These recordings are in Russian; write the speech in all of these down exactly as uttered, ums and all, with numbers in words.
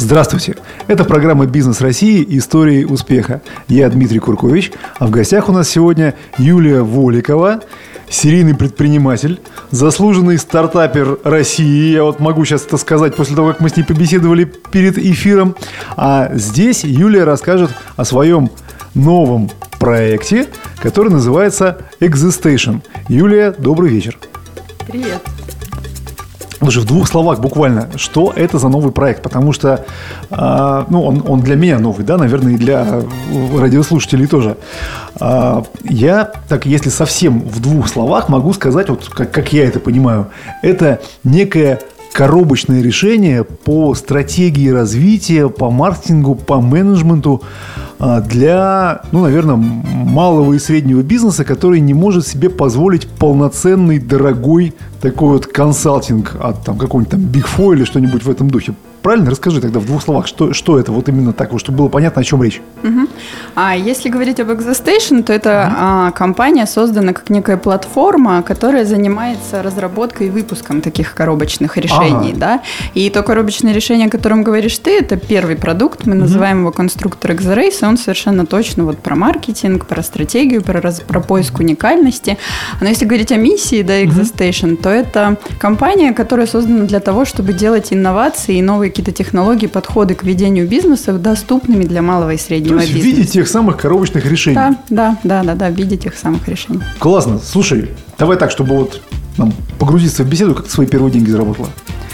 Здравствуйте! Это программа «Бизнес России. Истории успеха». Я Дмитрий Куркович, а в гостях у нас сегодня Юлия Воликова, серийный предприниматель, заслуженный стартапер России. Я вот могу сейчас это сказать после того, как мы с ней побеседовали перед эфиром. А здесь Юлия расскажет о своем новом проекте, который называется Existation. Юлия, добрый вечер. Привет. Слушай, в двух словах буквально, что это за новый проект? Потому что э, ну, он, он для меня новый, да, наверное, и для радиослушателей тоже. Э, я, так, если совсем в двух словах, могу сказать, вот как, как я это понимаю, это некое коробочное решение по стратегии развития, по маркетингу, по менеджменту э, для, ну, наверное, малого и среднего бизнеса, который не может себе позволить полноценный, дорогой такой вот консалтинг от там, какого-нибудь там Big Four или что-нибудь в этом духе. Правильно? Расскажи тогда в двух словах, что, что это вот именно так, чтобы было понятно, о чем речь. Угу. А если говорить об Existation, то это угу. а, компания создана как некая платформа, которая занимается разработкой и выпуском таких коробочных решений. Ага. Да? И то коробочное решение, о котором говоришь ты, это первый продукт, мы угу. называем его конструктор X-Race, и он совершенно точно вот про маркетинг, про стратегию, про, раз, про поиск уникальности. Но если говорить о миссии, да, Existation, угу. то это компания, которая создана для того, чтобы делать инновации и новые какие-то технологии, подходы к ведению бизнеса доступными для малого и среднего бизнеса. То есть бизнеса. в виде тех самых коробочных решений. Да, да, да, да, да, в виде тех самых решений. Классно. Слушай, давай так, чтобы вот нам погрузиться в беседу, как ты свои первые деньги заработала.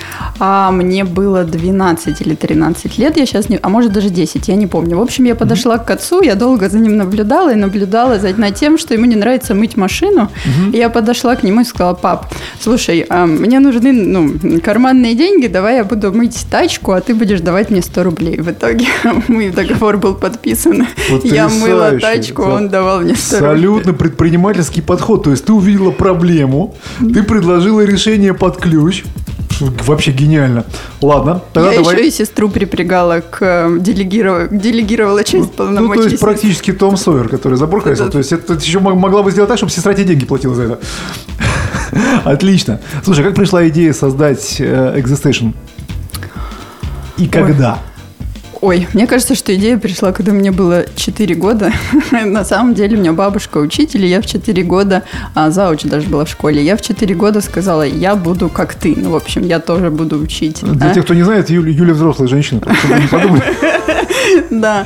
А мне было двенадцать или тринадцать лет, я сейчас не... А может даже десять, я не помню. В общем, я подошла mm-hmm. к отцу, я долго за ним наблюдала и наблюдала за над тем, что ему не нравится мыть машину. Mm-hmm. И я подошла к нему и сказала: пап, слушай, а мне нужны ну, карманные деньги, давай я буду мыть тачку, а ты будешь давать мне сто рублей. В итоге мой договор был подписан. Я мыла тачку, он давал мне сто рублей. Абсолютно предпринимательский подход. То есть ты увидела проблему, ты предложила решение под ключ. Вообще гениально. Ладно, тогда я давай. еще и сестру припрягала к делегиров... делегировала часть полномочий. Ну, то есть практически Том Сойер, который забор красил. Да. То есть это еще могла бы сделать так, чтобы сестра тебе деньги платила за это. Отлично. Слушай, как пришла идея создать Existation? И когда? Ой, мне кажется, что идея пришла, когда мне было четыре года. На самом деле у меня бабушка учитель, и я в четыре года, а зауч даже была в школе, я в четыре года сказала: я буду как ты. Ну, в общем, я тоже буду учить. Для а? тех, кто не знает, Юля, Юля взрослая женщина, чтобы вы не подумали. Да.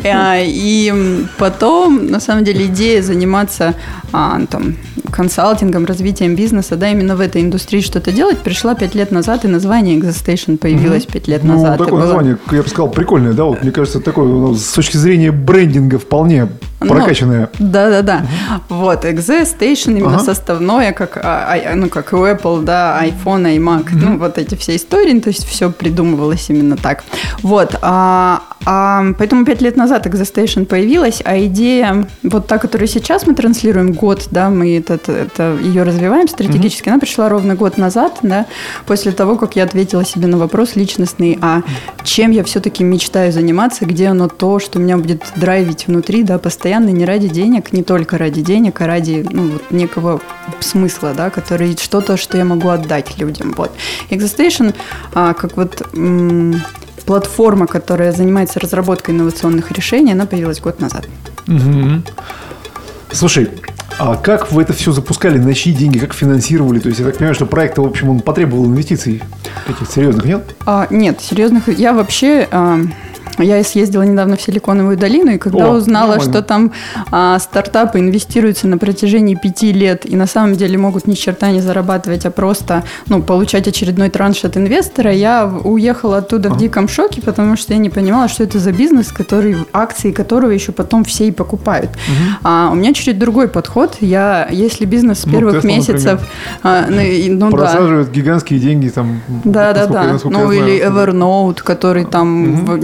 И потом, на самом деле, идея заниматься там консалтингом, развитием бизнеса, да, именно в этой индустрии что-то делать, пришла пять лет назад, и название Existation появилось пять лет ну, назад. Такое название, я бы сказал, прикольное, да, вот мне кажется, такое, ну, с точки зрения брендинга вполне прокачанное. Ну, да-да-да. Угу. Вот, Existation именно ага. составное, как, а, ну, как у Apple, да, iPhone, iMac, угу. ну, вот эти все истории, то есть все придумывалось именно так. Вот, а, а, поэтому пять лет назад Existation появилась, а идея, вот та, которую сейчас мы транслируем, год, да, мы это, это, ее развиваем стратегически, угу. она пришла ровно год назад, да, после того, как я ответила себе на вопрос личностный, а чем я все-таки мечтаю заниматься, где оно то, что меня будет драйвить внутри, да, постоянно, не ради денег, не только ради денег, а ради ну, вот, некого смысла, да, который что-то, что я могу отдать людям. Вот. Existation, а, как вот м- платформа, которая занимается разработкой инновационных решений, она появилась год назад. Угу. Слушай, а как вы это все запускали, на чьи деньги, как финансировали? То есть я так понимаю, что проект, в общем, он потребовал инвестиций этих серьезных, нет? А, нет, серьезных. Я вообще... А... Я съездила недавно в Силиконовую долину, и когда О, узнала, нормально. что там а, стартапы инвестируются на протяжении пяти лет и на самом деле могут ни черта не зарабатывать, а просто ну, получать очередной транш от инвестора, я уехала оттуда а. в диком шоке, потому что я не понимала, что это за бизнес, который, акции которого еще потом все и покупают. Угу. А, у меня чуть другой подход. Я, если бизнес с ну, первых Tesla, месяцев... А, ну, ну, просаживает да. гигантские деньги там... Да-да-да. Ну или Evernote, который там угу. в несколько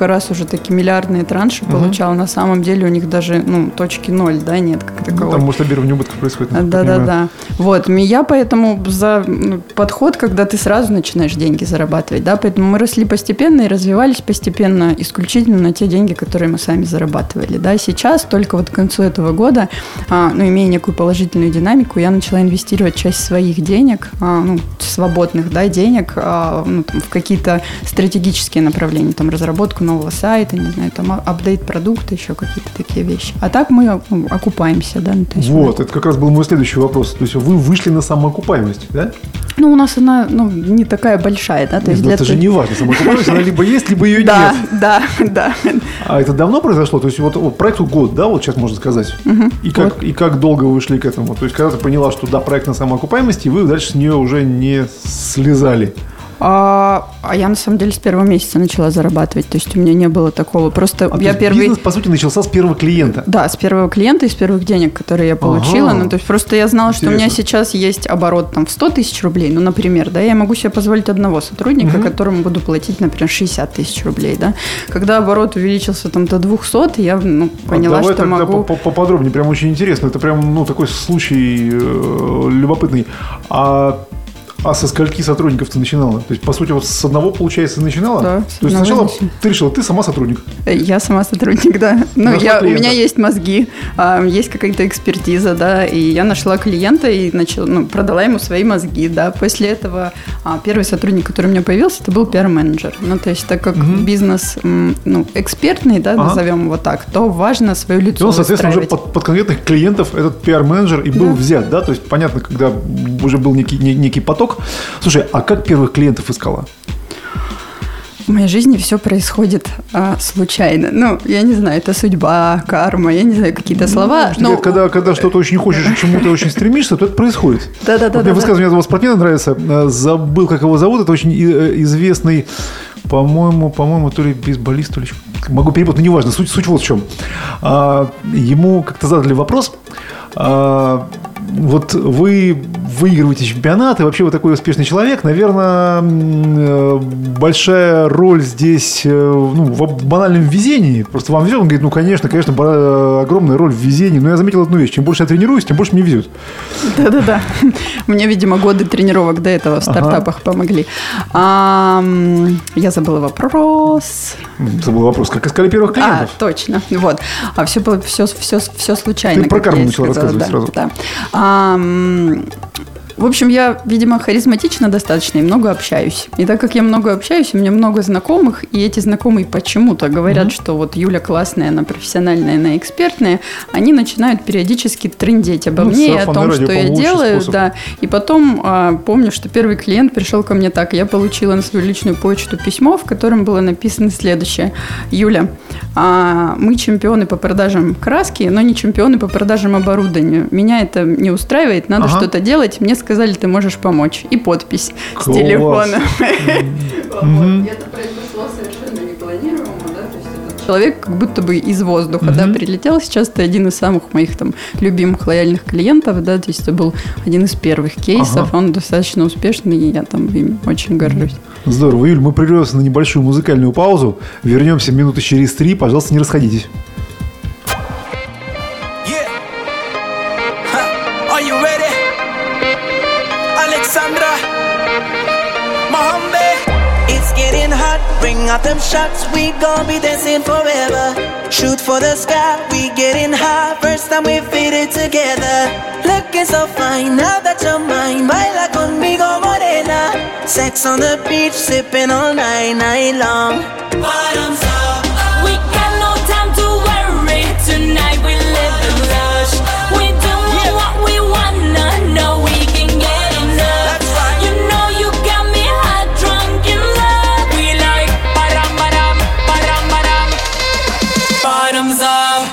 несколько раз уже такие миллиардные транши угу. получал. На самом деле у них даже, ну, точки ноль, да, нет как таковой. Ну, там масштабирование убытков происходит. Да-да-да. Вот, я поэтому за подход, когда ты сразу начинаешь деньги зарабатывать, да, поэтому мы росли постепенно и развивались постепенно исключительно на те деньги, которые мы сами зарабатывали, да. Сейчас, только вот к концу этого года, а, ну, имея некую положительную динамику, я начала инвестировать часть своих денег, а, ну, свободных, да, денег, а, ну, там, в какие-то стратегические направления, там, разработку нового сайта, не знаю, там, апдейт продукта, еще какие-то такие вещи. А так мы, ну, окупаемся, да. Ну, то есть вот, мы... это как раз был мой следующий вопрос. То есть вы вышли на самоокупаемость, да? Ну, у нас она, ну, не такая большая, да. То есть это же не важно, самоокупаемость, она либо есть, либо ее да, нет. Да, да, да. А это давно произошло? То есть вот, вот проекту год, да, вот сейчас можно сказать? Угу, и, как, вот. и как долго вы шли к этому? То есть когда ты поняла, что да, проект на самоокупаемости, и вы дальше с нее уже не слезали? А, а я, на самом деле, с первого месяца начала зарабатывать. То есть у меня не было такого. Просто а, я то первый... бизнес, по сути, начался с первого клиента? Да, с первого клиента и с первых денег, которые я получила. Ага. Ну, то есть просто я знала, Интересно. Что у меня сейчас есть оборот там, в сто тысяч рублей. Ну, например, да, я могу себе позволить одного сотрудника, угу. которому буду платить, например, шестьдесят тысяч рублей. Да. Когда оборот увеличился там, до двухсот, я ну, поняла, а давай что тогда могу... поподробнее. Прям очень интересно. Это прям ну, такой случай э, любопытный. А... А со скольки сотрудников ты начинала? То есть, по сути, вот с одного, получается, начинала? Да. То есть, сначала ты решила, ты сама сотрудник? Я сама сотрудник, да. Ну, я, у меня есть мозги, есть какая-то экспертиза, да, и я нашла клиента и начала, ну, продала ему свои мозги, да. После этого первый сотрудник, который у меня появился, это был пиар-менеджер. Ну, то есть, так как угу. бизнес, ну, экспертный, да, ага. назовем его так, то важно свое лицо ну, соответственно, уже под, под конкретных клиентов этот пиар-менеджер и был да. взят, да? То есть, понятно, когда уже был некий, некий поток. Слушай, а как первых клиентов искала? В моей жизни все происходит а, случайно. Ну, я не знаю, это судьба, карма, я не знаю, какие-то слова. Ну, но... когда, когда что-то очень хочешь и к чему-то очень стремишься, то это происходит. Да-да-да. Вот мне высказывание одного спортсмена нравится. Забыл, как его зовут. Это очень известный, по-моему, по-моему, то ли бейсболист, то ли... Могу перепутать, но неважно. Суть, суть вот в чем. А, ему как-то задали вопрос... А, вот вы выигрываете чемпионаты, вообще вы такой успешный человек, наверное, большая роль здесь ну, в банальном везении. Просто вам везет, он говорит, ну, конечно, конечно, огромная роль в везении. Но я заметил одну вещь, чем больше я тренируюсь, тем больше мне везет. Да-да-да. Мне, видимо, годы тренировок до этого в стартапах ага. помогли. А, я забыла вопрос. Забыла вопрос, как искали первых клиентов? А, точно. Вот. А все было все, все, все случайно. Ты про карму начала рассказывать да, сразу. Да. А, в общем, я, видимо, харизматична достаточно и много общаюсь. И так как я много общаюсь, у меня много знакомых, и эти знакомые почему-то говорят, mm-hmm. что вот Юля классная, она профессиональная, она экспертная, они начинают периодически трындеть обо ну, мне и о том, что я делаю. Да. И потом а, помню, что первый клиент пришел ко мне так. Я получила на свою личную почту письмо, в котором было написано следующее. Юля, а, мы чемпионы по продажам краски, но не чемпионы по продажам оборудования. Меня это не устраивает, надо ага. что-то делать. Мне сказали, ты можешь помочь. И подпись Класс. С телефона. Mm-hmm. Это произошло совершенно непланируемо, да? Человек как будто бы из воздуха, mm-hmm. да, прилетел. Сейчас ты один из самых моих там любимых лояльных клиентов, да, то есть это был один из первых кейсов, ага. он достаточно успешный, и я там им очень горжусь. Здорово, Юль, мы прервемся на небольшую музыкальную паузу, вернемся минуты через три, пожалуйста, не расходитесь. Bring out them shots, we gon' be dancing forever. Shoot for the sky, we getting high. First time we fit it together. Looking so fine, now that you're mine. Baila conmigo, morena. Sex on the beach, sipping all night, night long. Bottoms up. We got no time to worry. Tonight we live the rush. We do yeah. what we wanna know. We can get enough. That's right. You know you got me hot, drunk in love. We like ba-dum, ba-dum, ba-dum, ba-dum. Bottoms up.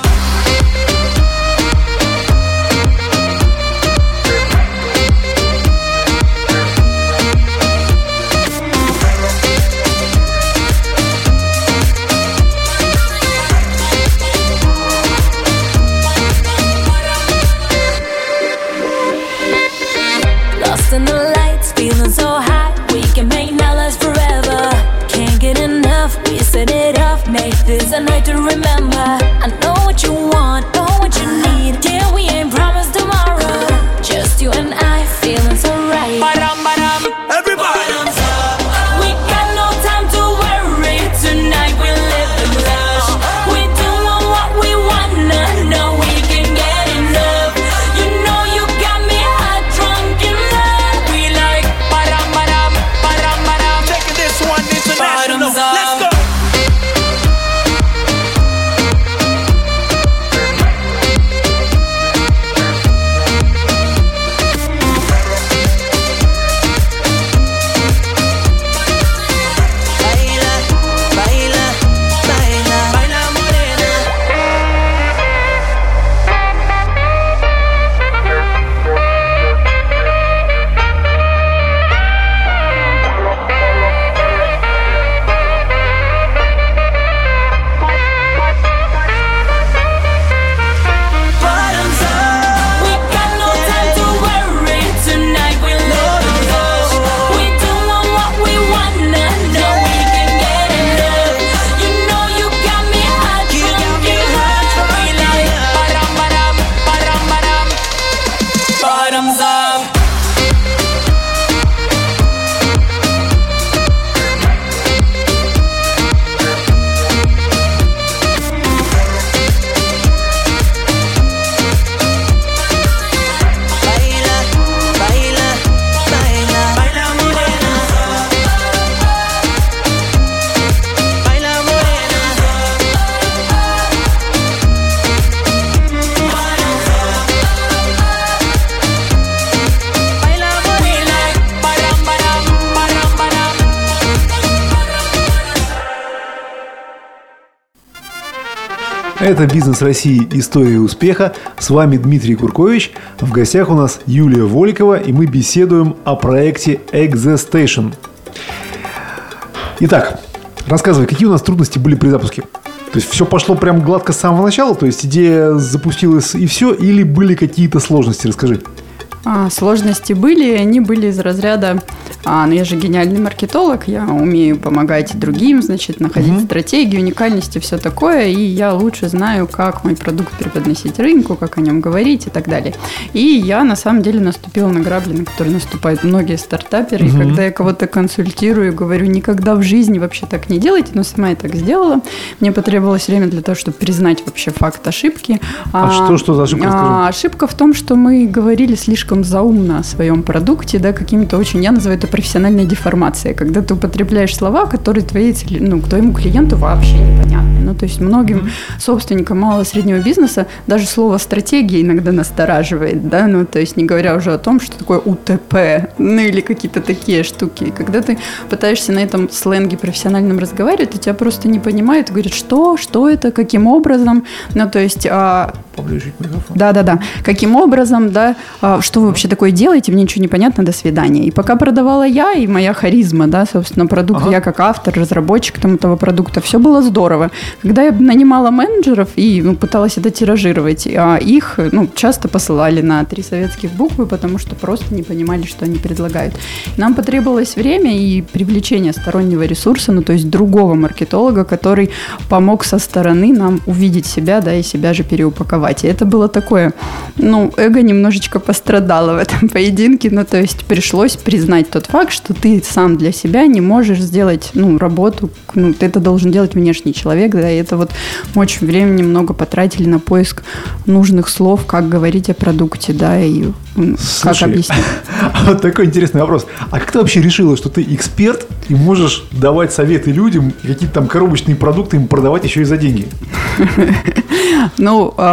Это «Бизнес России. История успеха». С вами Дмитрий Куркович. В гостях у нас Юлия Воликова, и мы беседуем о проекте ExeStation. Итак, рассказывай, какие у нас трудности были при запуске? То есть все пошло прям гладко с самого начала? То есть идея запустилась и все? Или были какие-то сложности? Расскажи. А, сложности были, и они были из разряда, а, ну я же гениальный маркетолог, я умею помогать другим, значит, находить mm-hmm. стратегии, уникальности, все такое, и я лучше знаю, как мой продукт преподносить рынку, как о нем говорить и так далее. И я, на самом деле, наступила на грабли, на которые наступают многие стартаперы, mm-hmm. и когда я кого-то консультирую, говорю, никогда в жизни вообще так не делайте, но сама я так сделала. Мне потребовалось время для того, чтобы признать вообще факт ошибки. А, а что, что за ошибка, а, скажи? Ошибка в том, что мы говорили слишком заумно о своем продукте, да, какими-то очень, я называю это профессиональной деформацией, когда ты употребляешь слова, которые твоей, ну, твоему клиенту вообще непонятны. Ну, то есть многим mm-hmm. собственникам малого и среднего бизнеса даже слово «стратегия» иногда настораживает, да, ну, то есть не говоря уже о том, что такое У Т П, ну, или какие-то такие штуки. И когда ты пытаешься на этом сленге профессиональном разговаривать, то тебя просто не понимают, и говорят, что, что это, каким образом, ну, то есть... А... Да-да-да. Каким образом, да, а, что вы вообще такое делаете, мне ничего не понятно, до свидания. И пока продавала я, и моя харизма, да, собственно, продукт, ага. я как автор, разработчик там, этого продукта, все было здорово. Когда я нанимала менеджеров и ну, пыталась это тиражировать, а их ну, часто посылали на три советских буквы, потому что просто не понимали, что они предлагают. Нам потребовалось время и привлечение стороннего ресурса, ну, то есть другого маркетолога, который помог со стороны нам увидеть себя, да, и себя же переупаковать. И это было такое, ну, эго немножечко пострадало в этом поединке, ну, то есть пришлось признать тот факт, что ты сам для себя не можешь сделать, ну, работу, ну, ты это должен делать внешний человек, да, и это вот мы очень времени много потратили на поиск нужных слов, как говорить о продукте, да, и Слушай, как объяснить. Вот такой интересный вопрос. А как ты вообще решила, что ты эксперт и можешь давать советы людям, какие-то там коробочные продукты им продавать еще и за деньги? Ну,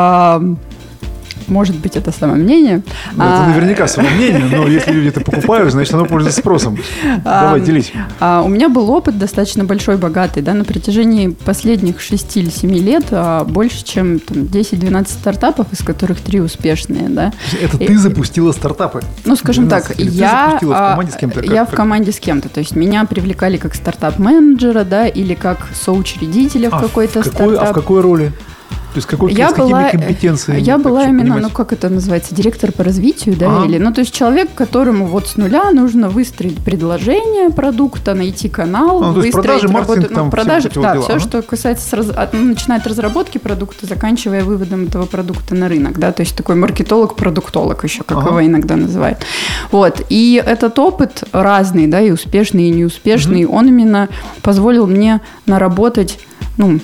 может быть, это самомнение. Ну, это наверняка самомнение, но если люди это покупают, значит, оно пользуется спросом. Давай, делись. А, у меня был опыт достаточно большой, богатый, да, на протяжении последних шести или семи лет а, больше, чем там, десять-двенадцать стартапов, из которых три успешные, да. Это И, ты запустила стартапы? Ну, скажем так, я, в команде с кем-то, я как, в команде с кем-то, то есть меня привлекали как стартап-менеджера, да, или как соучредителя а в какой-то в какой, стартап. А в какой роли? То есть какой, я с какими была, компетенциями? Я была именно, понимать? ну как это называется, директор по развитию, да, ага. или, ну то есть человек, которому вот с нуля нужно выстроить предложение продукта, найти канал, а, ну, выстроить продажи, работу, там, ну, продажи, все да, дела, все, ага. что касается, раз, от, ну, начиная от разработки продукта, заканчивая выводом этого продукта на рынок, да, то есть такой маркетолог-продуктолог еще, как ага. его иногда называют. Вот, и этот опыт разный, да, и успешный, и неуспешный, угу. он именно позволил мне наработать, ну,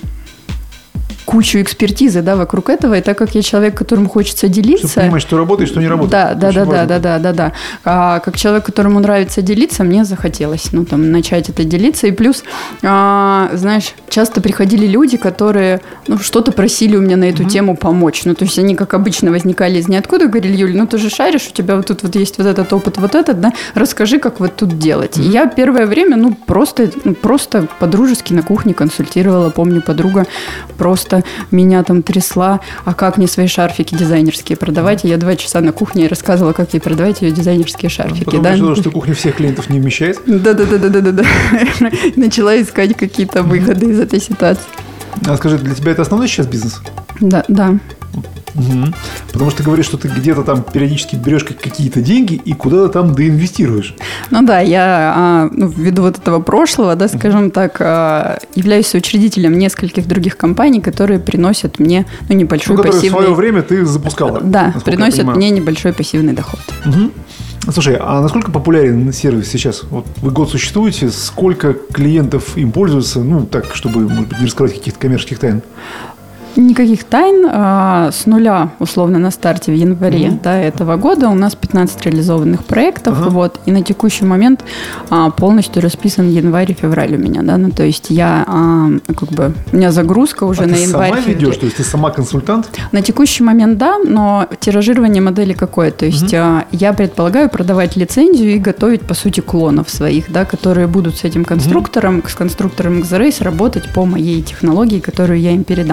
кучу экспертизы, да, вокруг этого, и так как я человек, которому хочется делиться... Чтобы понимать, что работает, что не работает. Да, да, да, да, да, да, да, да. А как человек, которому нравится делиться, мне захотелось, ну, там, начать это делиться, и плюс, а, знаешь, часто приходили люди, которые, ну, что-то просили у меня на эту mm-hmm. тему помочь, ну, то есть они, как обычно, возникали из ниоткуда, говорили, Юль, ну, ты же шаришь, у тебя вот тут вот есть вот этот опыт, вот этот, да, расскажи, как вот тут делать. Mm-hmm. И я первое время, ну, просто, ну, просто по-дружески на кухне консультировала, помню, подруга просто меня там трясла, а как мне свои шарфики дизайнерские продавать? И я два часа на кухне рассказывала, как ей продавать ее дизайнерские шарфики. Потом да? решила, что кухня всех клиентов не вмещает. Да-да-да-да-да-да. Начала искать какие-то выходы из этой ситуации. А скажи, для тебя это основной сейчас бизнес? Да, да. Угу. Потому что ты говоришь, что ты где-то там периодически берешь какие-то деньги и куда-то там доинвестируешь. Ну да, я ну, ввиду вот этого прошлого, да, скажем так, являюсь соучредителем нескольких других компаний, которые приносят мне ну, небольшой ну, пассивный... в свое время ты запускала. Да, приносят мне небольшой пассивный доход. Угу. Слушай, а насколько популярен сервис сейчас? Вот вы год существуете, сколько клиентов им пользуются? Ну, так, чтобы, может быть, не раскрывать каких-то коммерческих тайн. Никаких тайн. А, с нуля, условно, на старте в январе mm-hmm. да, этого года у нас пятнадцать реализованных проектов. Uh-huh. Вот, и на текущий момент а, полностью расписан январь и февраль у меня. Да, ну, то есть я, а, как бы, у меня загрузка уже а на ты январь. Ты сама ведешь? То есть ты сама консультант? На текущий момент да, но тиражирование модели какое? То есть mm-hmm. а, я предполагаю продавать лицензию и готовить, по сути, клонов своих, да, которые будут с этим конструктором, mm-hmm. с конструктором X-Race работать по моей технологии, которую я им передам. То есть у меня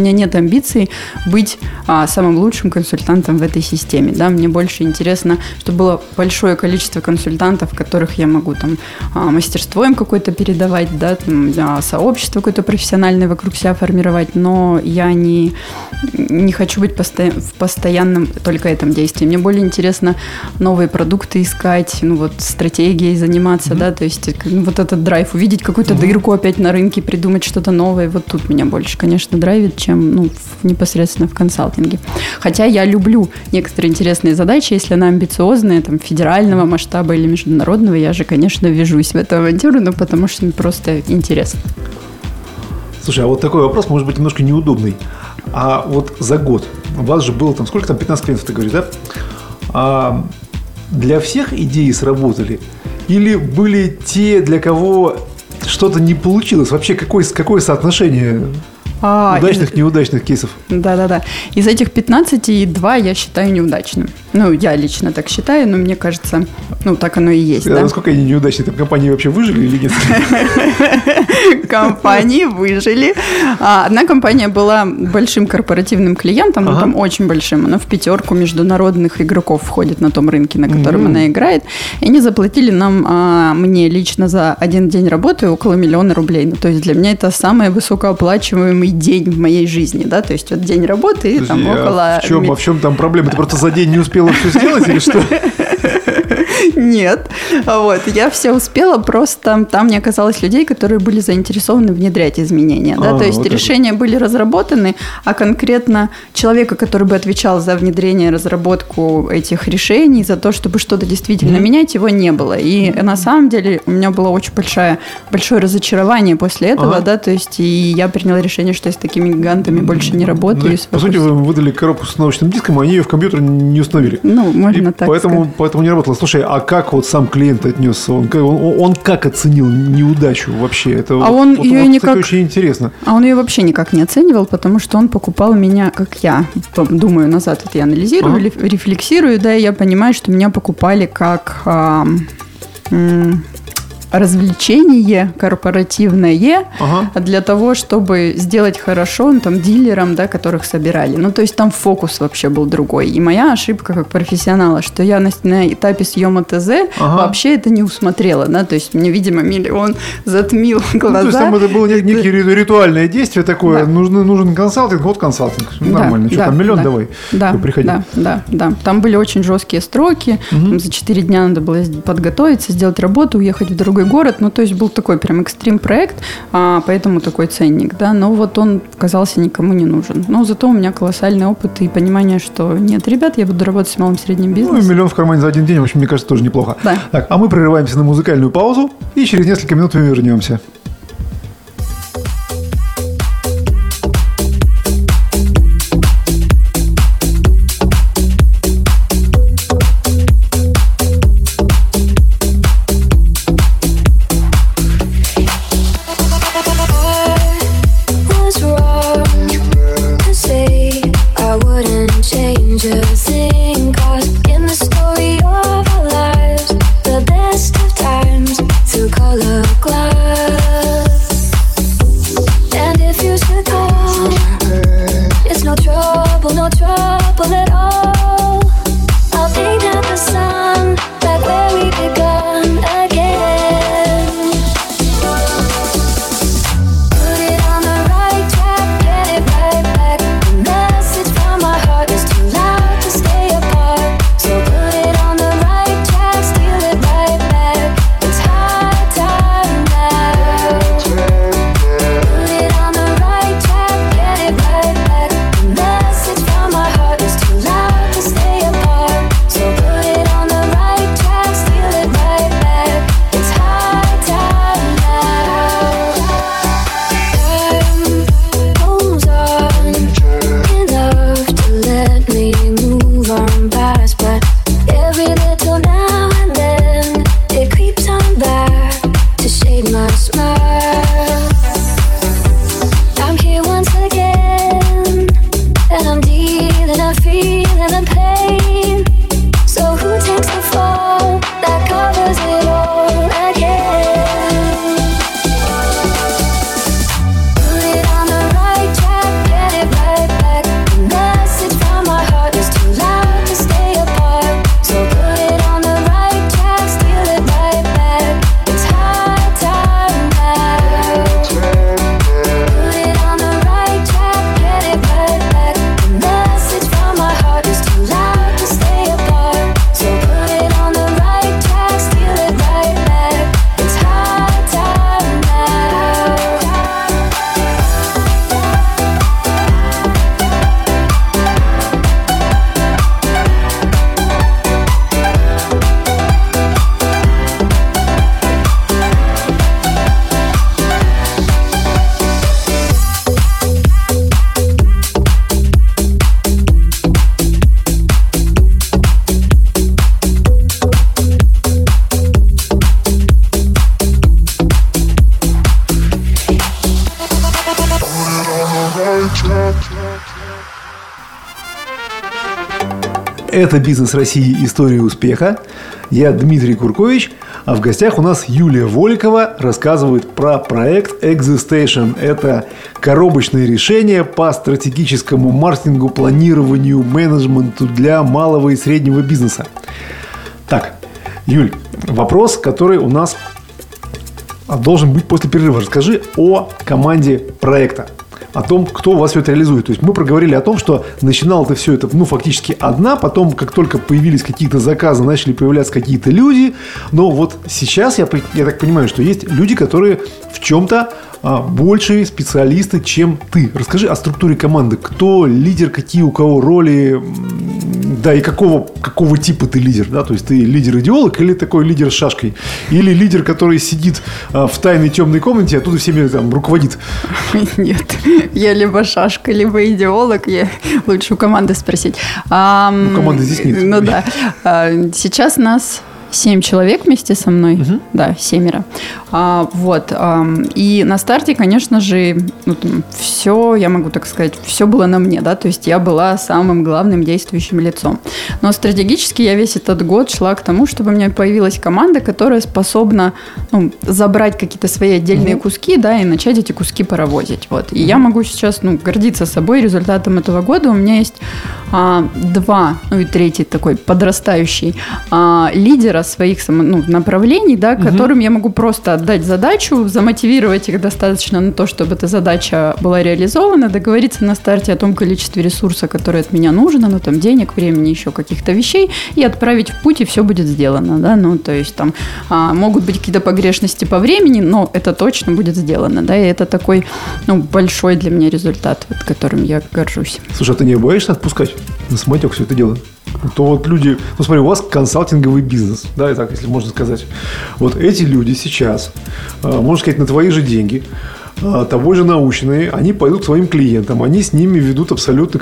меня нет амбиций быть а, самым лучшим консультантом в этой системе. Да? Мне больше интересно, чтобы было большое количество консультантов, которых я могу там а, мастерство им какое-то передавать, да, там, а, сообщество какое-то профессиональное вокруг себя формировать, но я не, не хочу быть посто... в постоянном только этом действии. Мне более интересно новые продукты искать, ну вот стратегией заниматься, mm-hmm. да, то есть ну, вот этот драйв, увидеть какую-то mm-hmm. дырку опять на рынке, придумать что-то новое, вот тут меня больше, конечно, драйвит, чем ну, в, непосредственно в консалтинге. Хотя я люблю некоторые интересные задачи, если она амбициозная, там, федерального масштаба или международного, я же, конечно, ввяжусь в эту авантюру, ну, потому что мне просто интересно. Слушай, а вот такой вопрос, может быть, немножко неудобный. А вот за год у вас же было там, сколько там, пятнадцать клиентов, ты говоришь, да? А для всех идеи сработали? Или были те, для кого что-то не получилось? Вообще, какое, какое соотношение а, удачных, из... неудачных кейсов? Да-да-да. Из этих пятнадцати два я считаю неудачным. Ну, я лично так считаю, но мне кажется, ну, так оно и есть. А да? Насколько они неудачные? Там компании вообще выжили или нет? Компании выжили. Одна компания была большим корпоративным клиентом, ага. там очень большим. Она в пятерку международных игроков входит на том рынке, на котором mm-hmm. она играет. И они заплатили нам, а, мне лично за один день работы около миллиона рублей. Ну, то есть для меня это самый высокооплачиваемый день в моей жизни. Да? То есть вот день работы и там а около... В чем, а в чем там проблема? Ты просто за день не успела все сделать или что? Нет. Вот. Я все успела, просто там не оказалось людей, которые были заинтересованы внедрять изменения. Да? А, То есть вот решения это. были разработаны, а конкретно человека, который бы отвечал за внедрение, разработку этих решений, за то, чтобы что-то действительно mm-hmm. менять, его не было. И mm-hmm. на самом деле у меня было очень большое, большое разочарование после этого. Ага. Да? То есть и я приняла решение, что я с такими гигантами больше не работаю. Ну, по сути, вы выдали коробку с научным диском, а они ее в компьютер не установили. Ну, можно и так поэтому, сказать. Поэтому не работало. Слушай, а как вот сам клиент отнесся? Он, он, он как оценил неудачу вообще? Это а он вот, ее вот, никак... кстати, очень интересно. А он ее вообще никак не оценивал, потому что он покупал меня, как я. Думаю, назад это я анализирую, ага. рефлексирую, да, и я понимаю, что меня покупали как... А, м- развлечение корпоративное ага. для того, чтобы сделать хорошо ну, там, дилерам, да, которых собирали. Ну, то есть там фокус вообще был другой. И моя ошибка как профессионала, что я на, на этапе съема ТЗ ага. вообще это не усмотрела. Да? То есть мне, видимо, миллион затмил глаза. Ну, то есть там это было некое ритуальное действие такое. Да. Нужен, нужен консалтинг, вот консалтинг. Нормально. Да, что, да, там миллион да, давай. Да, приходи. Да, да, да. Там были очень жесткие строки. Угу. Там за четыре дня надо было подготовиться, сделать работу, уехать в другой город, ну, то есть был такой прям экстрим-проект, а, поэтому такой ценник, да, но вот он казался никому не нужен. Но зато у меня колоссальный опыт и понимание, что нет, ребят, я буду работать с малым и средним бизнесом. Ну, и миллион в кармане за один день, в общем, мне кажется, тоже неплохо. Да. Так, а мы прерываемся на музыкальную паузу и через несколько минут мы вернемся. Color glass. Это «Бизнес России. История успеха». Я Дмитрий Куркович, а в гостях у нас Юлия Воликова рассказывает про проект ExoStation. Это коробочное решение по стратегическому маркетингу, планированию, менеджменту для малого и среднего бизнеса. Так, Юль, вопрос, который у нас должен быть после перерыва. Расскажи о команде проекта. О том, кто у вас все это реализует. То есть мы проговорили о том, что начинал это все это, ну, фактически одна, потом, как только появились какие-то заказы, начали появляться какие-то люди. Но вот сейчас я, я так понимаю, что есть люди, которые в чем-то а, большие специалисты, чем ты. Расскажи о структуре команды. Кто лидер, какие у кого роли, да, и какого, какого типа ты лидер. Да? То есть ты лидер-идеолог или такой лидер с шашкой? Или лидер, который сидит а, в тайной темной комнате, а оттуда всеми там руководит? Нет. Я либо шашка, либо идеолог. Я... Лучше у команды спросить. А, у команды здесь нет. Ну да. А, сейчас нас семь человек вместе со мной. Угу. Да, семеро. А, вот. А, и на старте, конечно же, ну, там, все, я могу так сказать, все было на мне, да, то есть я была самым главным действующим лицом. Но стратегически я весь этот год шла к тому, чтобы у меня появилась команда, которая способна, ну, забрать какие-то свои отдельные угу. куски, да, и начать эти куски паровозить. Вот. И угу. я могу сейчас, ну, гордиться собой результатом этого года. У меня есть а, два, ну и третий такой подрастающий а, лидера своих, ну, направлений, да, угу. которым я могу просто отдать задачу, замотивировать их достаточно на то, чтобы эта задача была реализована, договориться на старте о том количестве ресурса, которое от меня нужно, ну, там, денег, времени, еще каких-то вещей, и отправить в путь, и все будет сделано, да, ну, то есть там а, могут быть какие-то погрешности по времени, но это точно будет сделано, да, и это такой, ну, большой для меня результат, вот, которым я горжусь. Слушай, а ты не боишься отпускать на самотек все это дело? То вот люди, ну смотри, у вас консалтинговый бизнес, да, и так, если можно сказать. Вот эти люди сейчас, можно сказать, на твои же деньги, тобой же наученные, они пойдут к своим клиентам, они с ними ведут абсолютно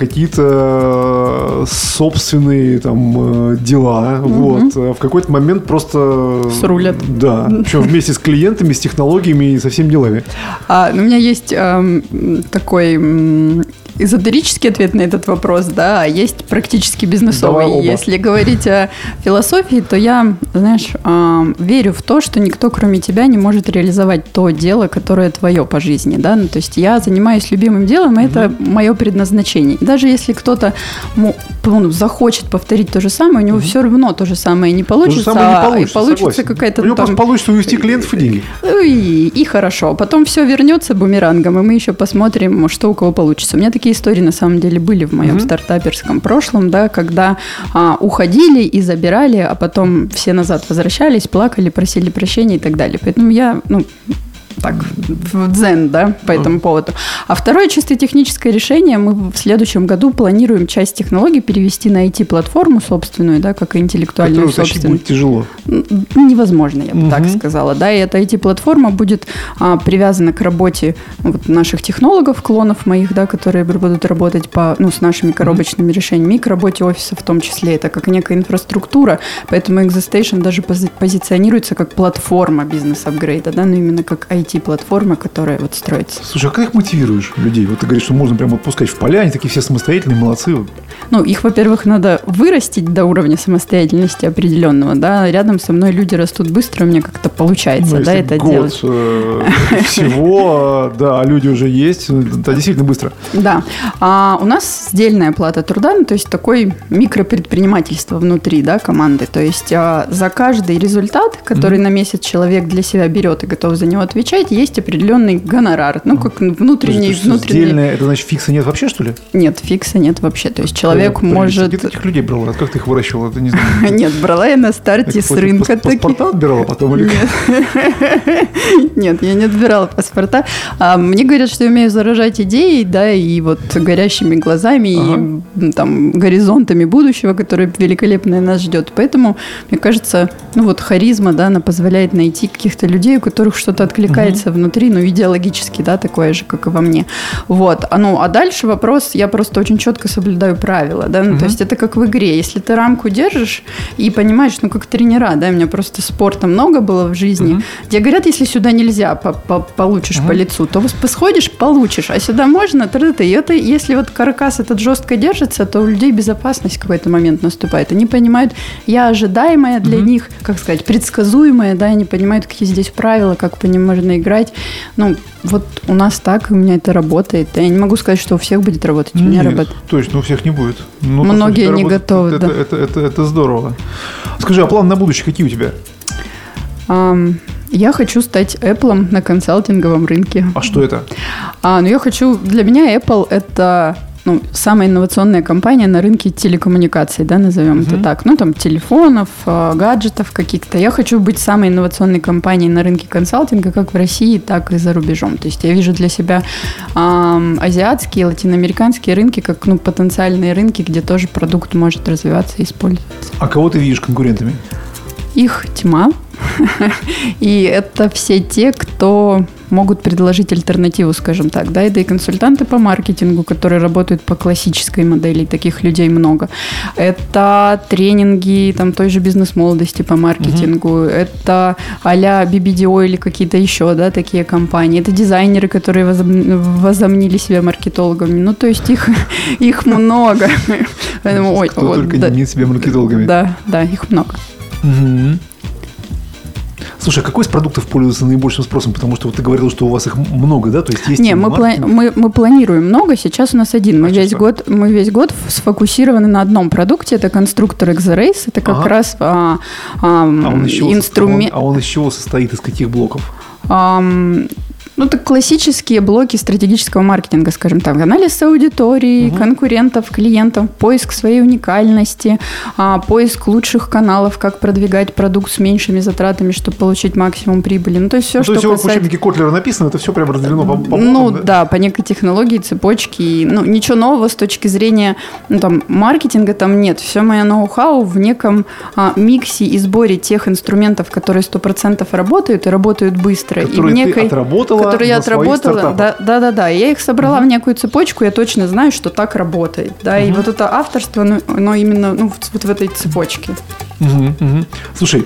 какие-то собственные там дела, угу. вот, в какой-то момент просто... Срулят. Да, причем вместе с клиентами, с технологиями и со всеми делами. А, у меня есть э, такой... Э, эзотерический ответ на этот вопрос, да, а есть практически бизнесовый. Если говорить о философии, то я, знаешь, э, верю в то, что никто, кроме тебя, не может реализовать то дело, которое твое по жизни, да, ну, то есть я занимаюсь любимым делом, и это mm-hmm. мое предназначение. Даже если кто-то ну, захочет повторить то же самое, у него mm-hmm. все равно то же самое не получится, то же самое не получится, и получится какая-то... У него там... просто получится увести клиентов и деньги. И, и хорошо. Потом все вернется бумерангом, и мы еще посмотрим, что у кого получится. У меня такие истории, на самом деле, были в моем mm-hmm. стартаперском прошлом, да, когда а, уходили и забирали, а потом все назад возвращались, плакали, просили прощения и так далее. Поэтому я, ну... так, в дзен, да, по этому поводу. А второе чисто техническое решение. Мы в следующем году планируем часть технологий перевести на ай ти-платформу собственную, да, как и интеллектуальную которую собственную. Будет тяжело. Невозможно, я бы угу. так сказала, да, и эта ай ти-платформа будет а, привязана к работе вот, наших технологов, клонов моих, да, которые будут работать по, ну, с нашими коробочными угу. решениями, и к работе офиса в том числе. Это как некая инфраструктура, поэтому ExoStation даже пози- позиционируется как платформа бизнес-апгрейда, да, но именно как ай ти-платформа, которая вот строится. Слушай, а как их мотивируешь людей? Вот ты говоришь, что можно прямо отпускать в поля, они такие все самостоятельные, молодцы. Ну, их, во-первых, надо вырастить до уровня самостоятельности определенного, да, рядом со мной люди растут быстро, у меня как-то получается, ну, да, это год делать. Всего, да, люди уже есть, это действительно быстро. Да. А у нас сдельная оплата труда, ну, то есть такое микропредпринимательство внутри, да, команды, то есть а, за каждый результат, который mm-hmm. на месяц человек для себя берет и готов за него отвечать, есть определенный гонорар, ну, как внутренний... Подожди, внутренний... Сдельная, это значит фикса нет вообще, что ли? Нет, фикса нет вообще, то есть человек Прелесть. может... Где ты этих людей брала? Как ты их выращивала? Это не знаю. Нет, брала я на старте с рынка. Паспорта отбирала потом? Или... Нет, я не отбирала паспорта. А, мне говорят, что я умею заражать идеей, да, и вот горящими глазами, ага. и там горизонтами будущего, которое великолепное нас ждет. Поэтому, мне кажется, ну вот харизма, да, она позволяет найти каких-то людей, у которых что-то откликается замыкается mm-hmm. внутри, ну, идеологически, да, такое же, как и во мне. Вот. А, ну, а дальше вопрос, я просто очень четко соблюдаю правила, да, ну, mm-hmm. то есть это как в игре. Если ты рамку держишь и понимаешь, ну, как тренера, да, у меня просто спорта много было в жизни, mm-hmm. где говорят, если сюда нельзя, получишь mm-hmm. по лицу, то сходишь, получишь, а сюда можно, и это, если вот каркас этот жестко держится, то у людей безопасность в какой-то момент наступает. Они понимают, я ожидаемая для mm-hmm. них, как сказать, предсказуемая, да, они понимают, какие здесь правила, как по ним можно играть. Ну, вот у нас так, у меня это работает. Я не могу сказать, что у всех будет работать. У меня Нет, работает. Точно, у всех не будет. Но, многие сути, не работает, готовы, это, да. Это, это, это, это здорово. Скажи, а планы на будущее какие у тебя? Um, я хочу стать Apple на консалтинговом рынке. А что это? А, ну, я хочу... Для меня Apple – это... Ну, самая инновационная компания на рынке телекоммуникаций, да, назовем uh-huh. это так. Ну, там, телефонов, гаджетов каких-то. Я хочу быть самой инновационной компанией на рынке консалтинга, как в России, так и за рубежом. То есть я вижу для себя эм, азиатские, латиноамериканские рынки как, ну, потенциальные рынки, где тоже продукт может развиваться и использоваться. А кого ты видишь конкурентами? Их тьма. И это все те, кто могут предложить альтернативу, скажем так. Да, это и консультанты по маркетингу, которые работают по классической модели, таких людей много. Это тренинги там, той же бизнес-молодости по маркетингу. Uh-huh. Это а-ля би би ди о или какие-то еще, да, такие компании. Это дизайнеры, которые возомнили себя маркетологами. Ну, то есть их, их много. Ой, кто вот, только да, не мнит себя маркетологами. Да, да, их много. Угу. Слушай, а какой из продуктов пользуется наибольшим спросом? Потому что вот ты говорил, что у вас их много, да? То есть есть Не, мы, пла- мы, мы планируем много, сейчас у нас один. Мы, а весь год, мы весь год сфокусированы на одном продукте, это конструктор X-Race. Это как ага. раз а, а, а инструмент... А он из чего состоит, из каких блоков? А, ну, это классические блоки стратегического маркетинга, скажем так. Анализ аудитории, угу. конкурентов, клиентов, поиск своей уникальности, а, поиск лучших каналов, как продвигать продукт с меньшими затратами, чтобы получить максимум прибыли. Ну, то есть все, ну, что то есть касается... в учебнике Котлера написано, это все прям разделено по, по блокам, Ну, да? да, по некой технологии, цепочке. Ну, ничего нового с точки зрения ну, там, маркетинга там нет. Все мое ноу-хау в неком а, миксе и сборе тех инструментов, которые сто процентов работают и работают быстро. Которые и в некой... ты отработала которые я отработала, да, да, да, да. Я их собрала uh-huh. в некую цепочку, я точно знаю, что так работает, да. Uh-huh. И вот это авторство, ну, оно именно, ну, вот в этой цепочке. Uh-huh, uh-huh. Слушай,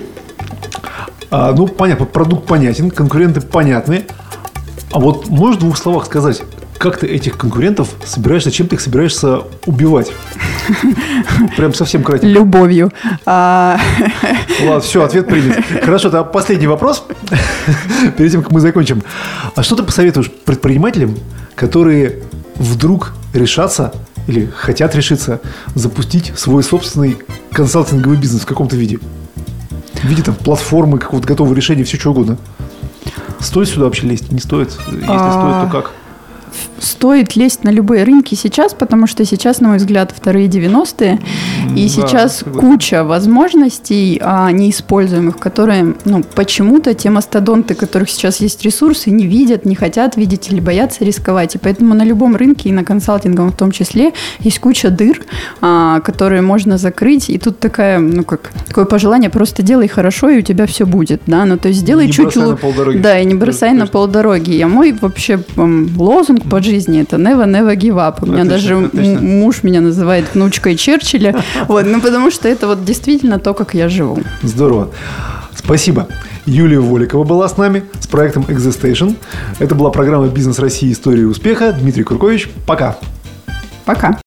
а, ну понятно, продукт понятен, конкуренты понятны. А вот можешь в двух словах сказать, как ты этих конкурентов собираешься, чем ты их собираешься убивать? Прям совсем кратенько. Любовью. Ладно, все, ответ принят. Хорошо, тогда последний вопрос, перед тем, как мы закончим. А что ты посоветуешь предпринимателям, которые вдруг решатся или хотят решиться запустить свой собственный консалтинговый бизнес в каком-то виде? В виде там платформы, какого-то готового решения, все что угодно. Стоит сюда вообще лезть? Не стоит? Если стоит, то как? Стоит лезть на любые рынки сейчас, потому что сейчас, на мой взгляд, вторые девяностые, и да, сейчас куча возможностей а, неиспользуемых, которые, ну, почему-то те мастодонты, у которых сейчас есть ресурсы, не видят, не хотят видеть или боятся рисковать. И поэтому на любом рынке, и на консалтинговом в том числе, есть куча дыр, а, которые можно закрыть. И тут такая, ну, как, такое пожелание, просто делай хорошо, и у тебя все будет. Да? Ну, то есть делай не чуть лучше. Да, и не бросай на полдороги. А мой вообще м, лозунг по жизни это never, never give up. У меня отлично, даже отлично. Муж меня называет внучкой Черчилля. Вот, ну, потому что это вот действительно то, как я живу. Здорово. Спасибо. Юлия Воликова была с нами с проектом Exestation. Это была программа «Бизнес России. История успеха». Дмитрий Куркович. Пока. Пока.